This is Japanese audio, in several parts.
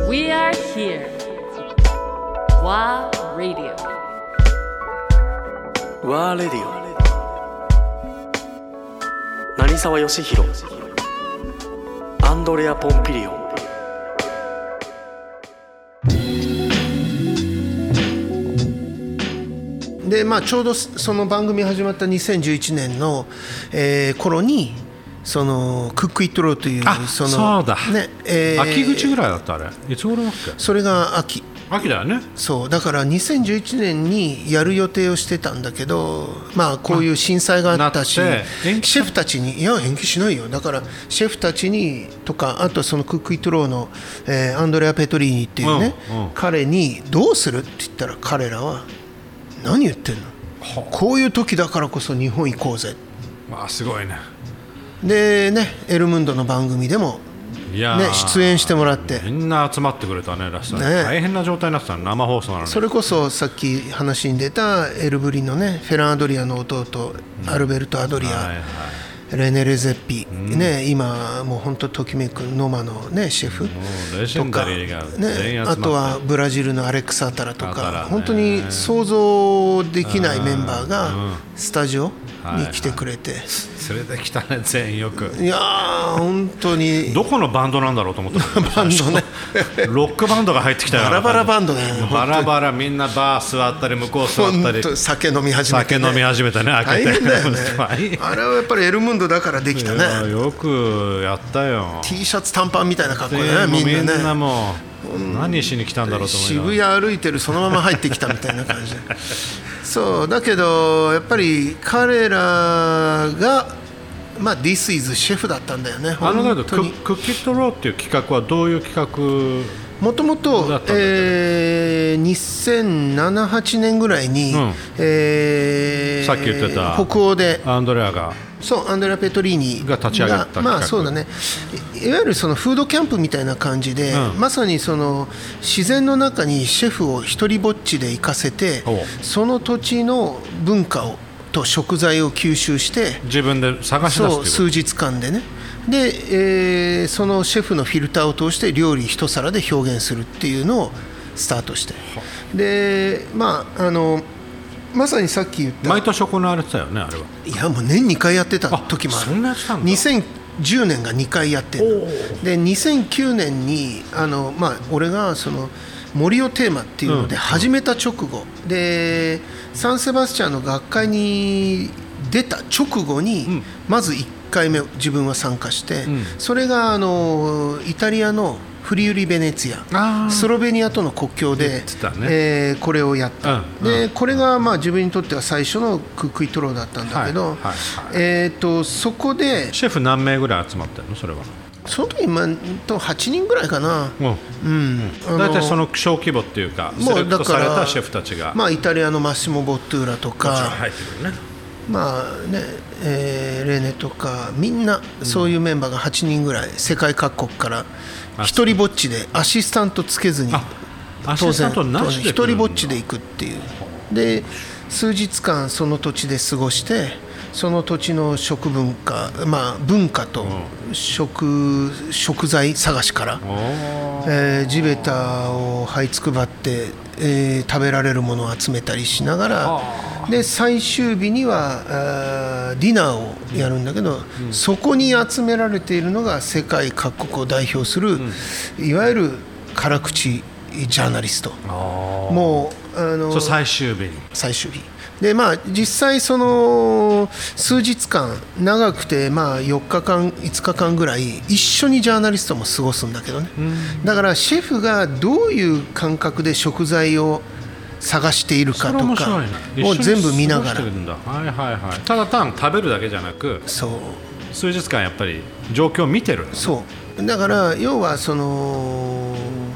We are here. WA Radio. WA Radio。成沢義弘、アンドレア・ポンピリオン。 でちょうどその番組始まった2011年の、頃にそのクックイットローというそうだ、 ね秋口ぐらいだったあれいつ頃だっけ。 それが秋だよね。 そうだから2011年にやる予定をしてたんだけど、こういう震災があったし、シェフたちに延期しないよ。だからシェフたちにとか、あとそのクックイットローの、アンドレア・ペトリーニっていうね、彼にどうするって言ったら、彼らは何言ってんの、こういう時だからこそ日本行こうぜ。 すごいね。 でね、エルムンドの番組でも、出演してもらって、 みんな集まってくれたね。大変な状態になってたの、生放送なのに。それこそさっき話に出たエルブリのね、フェラン・アドリアの弟、アルベルト・アドリア、レネ・レゼッピ、今もう本当ときめくノマの、ね、シェフとか、あとはブラジルのアレックス・アタラとか、本当に想像できないメンバーがスタジオに来てくれて、 連れてきたね、全員よく。 いや本当にどこのバンドなんだろうと思ったバンドねロックバンドが入ってきたよ。 バラバラバンドね。 バラバラ、みんなバー座ったり向こう座ったり、 酒飲み始めてね。 開けて大変だよねあれはやっぱりエルムンドだからできたね。 よくやったよ。 T シャツ短パンみたいな格好でね、みんなもう何しに来たんだろうと思いながら、 渋谷歩いてるそのまま入ってきたみたいな感じでそうだけどやっぱり彼らがThis is シェフだったんだよね。 クッキットローっていう企画はどういう企画？ もともと2007、8年ぐらいに、 さっき言ってた北欧でアンドレアがアンドレア・ペトリーニが立ち上げた企画。 そうだね、いわゆるそのフードキャンプみたいな感じで、まさにその自然の中にシェフを一人ぼっちで行かせて、その土地の文化と食材を吸収して自分で探し出すっていうこと。 数日間でね。で、そのシェフのフィルターを通して料理一皿で表現するっていうのをスタートして、でまさにさっき言った毎年行われてたよね、あれは。 いやもう年2回やってた時もある。 そんなやってたんだ。 2010年が2回やってる。で2009年に俺がその森をテーマっていうので始めた直後で、サンセバスチャンの学会に出た直後にまず1回目自分は参加して、それがイタリアのフリウリベネツィア、スロベニアとの国境で、これをやった。でこれが自分にとっては最初のクックイットローだったんだけど、そこでシェフ何名ぐらい集まってるの、それは。 その時8人ぐらいかな。 大体その小規模っていうか、セレクトされたシェフたちが、 イタリアのマッシモ・ボットゥーラとか、 入ってるね。 レネとかみんなそういうメンバーが8人ぐらい、世界各国から一人ぼっちでアシスタントつけずに、当然一人ぼっちで行くっていう。で数日間その土地で過ごして、その土地の食文化、文化と食材探しから、地べたを這いつくばって、食べられるものを集めたりしながら、で最終日にはディナーをやるんだけど、そこに集められているのが世界各国を代表する、いわゆる辛口ジャーナリスト。もう最終日で実際その数日間、長くて4日間5日間ぐらい一緒にジャーナリストも過ごすんだけどね。だからシェフがどういう感覚で食材を探しているかとかを全部見ながら、 ただ単食べるだけじゃなく、数日間やっぱり状況を見てる。 そうだから要はその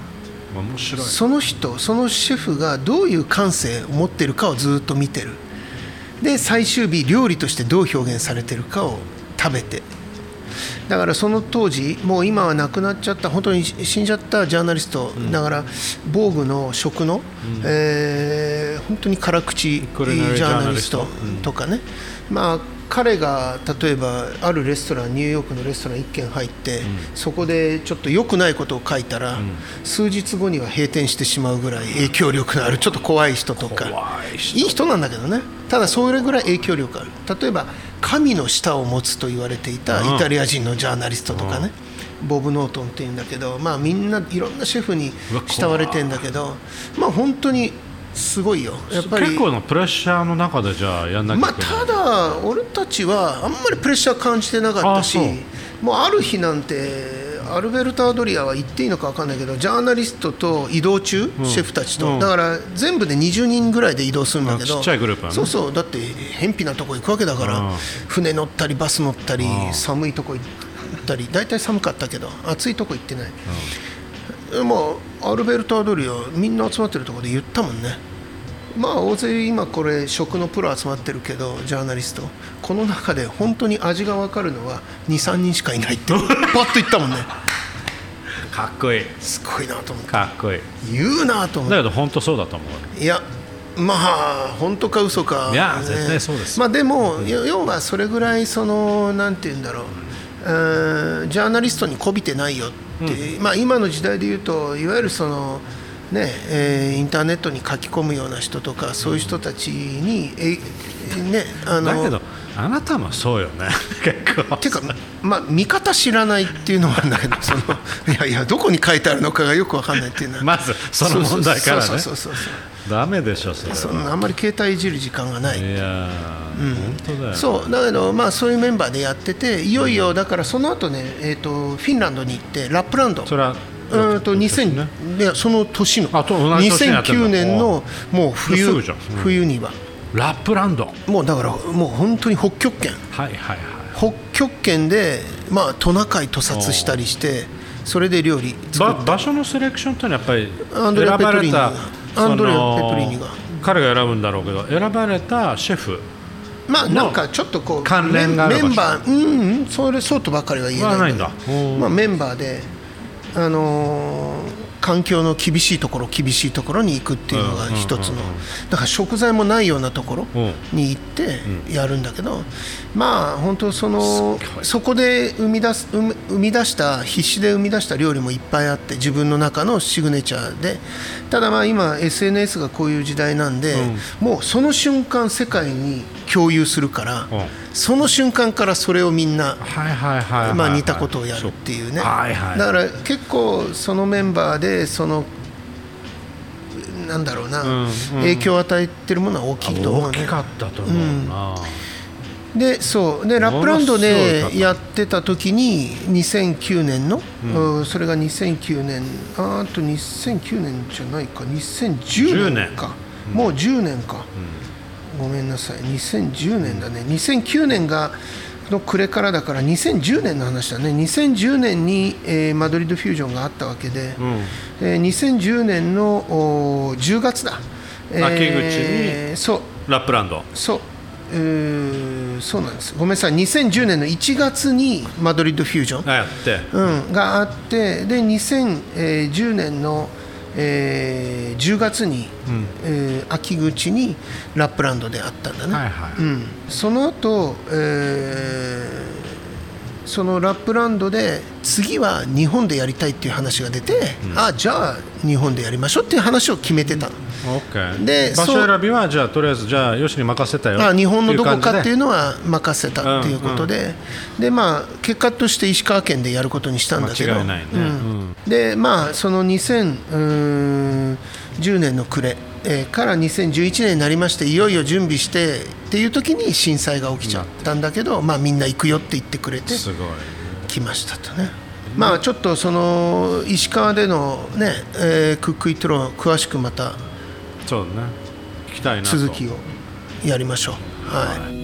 人、そのシェフがどういう感性を持っているかをずっと見てる。で最終日料理としてどう表現されているかを食べて、だからその当時もう今は亡くなっちゃった、本当に死んじゃったジャーナリスト、だから防具の食の、本当に辛口ジャーナリストとかね、 彼が例えばあるレストラン、ニューヨークのレストラン1軒入って、そこでちょっと良くないことを書いたら、数日後には閉店してしまうぐらい影響力のあるちょっと怖い人とか、いい人なんだけどね、ただそれぐらい影響力ある。例えば神の舌を持つと言われていたイタリア人のジャーナリストとかね、ボブ・ノートンっていうんだけど、みんないろんなシェフに慕われてんだけど、本当にすごいよ。やっぱり結構のプレッシャーの中でじゃあやんなきゃいけない。 ただ俺たちはあんまりプレッシャー感じてなかったし、もうある日なんてアルベルト・アドリアは言っていいのか分かんないけど、ジャーナリストと移動中、シェフたちと、だから全部で20人ぐらいで移動するんだけど、 ちっちゃいグループはね、 そうそう、だって偏僻なとこ行くわけだから、船乗ったりバス乗ったり、寒いとこ行ったり、大体寒かったけど暑いとこ行ってない、アルベルト・アドリアみんな集まってるところで言ったもんね。大勢今これ食のプロ集まってるけど、ジャーナリスト、この中で本当に味が分かるのは 2,3 人しかいないってパッと言ったもんね。 かっこいい、 すごいなと思って、 かっこいい言うなと思って。 だけど本当そうだと思う。 いや本当か嘘か、 いや絶対そうです。 でも、要はそれぐらいなんて言うんだろう、ジャーナリストに媚びてないよって、今の時代で言うと、いわゆるインターネットに書き込むような人とか、そういう人たちにだけどあなたもそうよね結構。 てか見方知らないっていうのもあるんだけどいやどこに書いてあるのかがよく分かんないっていうのはまずその問題からね。ダメでしょそれは。 あんまり携帯いじる時間がない。 いや本当だよ。 そうだけどそういうメンバーでやってて、いよいよだからその後ね、フィンランドに行ってラップランド、 それは 2000、いやその年の2009年のもう冬にはラップランド、 もうだからもう本当に北極圏、北極圏でトナカイ屠殺したりして、それで料理作った。 場所のセレクションってのはやっぱりアンドレア・ペトリーニが彼が選ぶんだろうけど、選ばれたシェフなんかちょっとこう関連があるメンバー、そうとばかりは言えないんだ。メンバーで環境の厳しいところに行くっていうのが一つの、だから食材もないようなところに行ってやるんだけど、本当そこで必死で生み出した料理もいっぱいあって、自分の中のシグネチャーで、ただ今 SNS がこういう時代なんで、もうその瞬間世界に共有するから、その瞬間からそれをみんな似たことをやるっていうね。だから結構そのメンバーでなんだろうな、影響を与えてるものは大きいと思うね。 大きかったと思うな。 でラップランドでやってた時に2009年の、それが2009年、あと2009年じゃないか、2010年か、もう10年か、ごめんなさい、2010年だね。2009年がの暮れからだから2010年の話だね。2010年に、マドリードフュージョンがあったわけで、2010年の10月だ、 秋口にラップランド、 そうなんです、ごめんなさい、2010年の1月にマドリードフュージョンがあって、で2010年の10月に、秋口にラップランドであったんだね。その後、そのラップランドで次は日本でやりたいっていう話が出て、じゃあ日本でやりましょうっていう話を決めてたの。 で場所選びはじゃあとりあえずじゃあよしに任せたよ、 日本のどこかっていうのは任せたっていうことで、で結果として石川県でやることにしたんだけど、 間違いないね。 でその2010年の暮れから2011年になりまして、いよいよ準備してっていう時に震災が起きちゃったんだけど、みんな行くよって言ってくれて来ましたとね。ちょっとその石川でのね、クックイットロー詳しくまたそうね、聞きたいなと。 続きをやりましょう。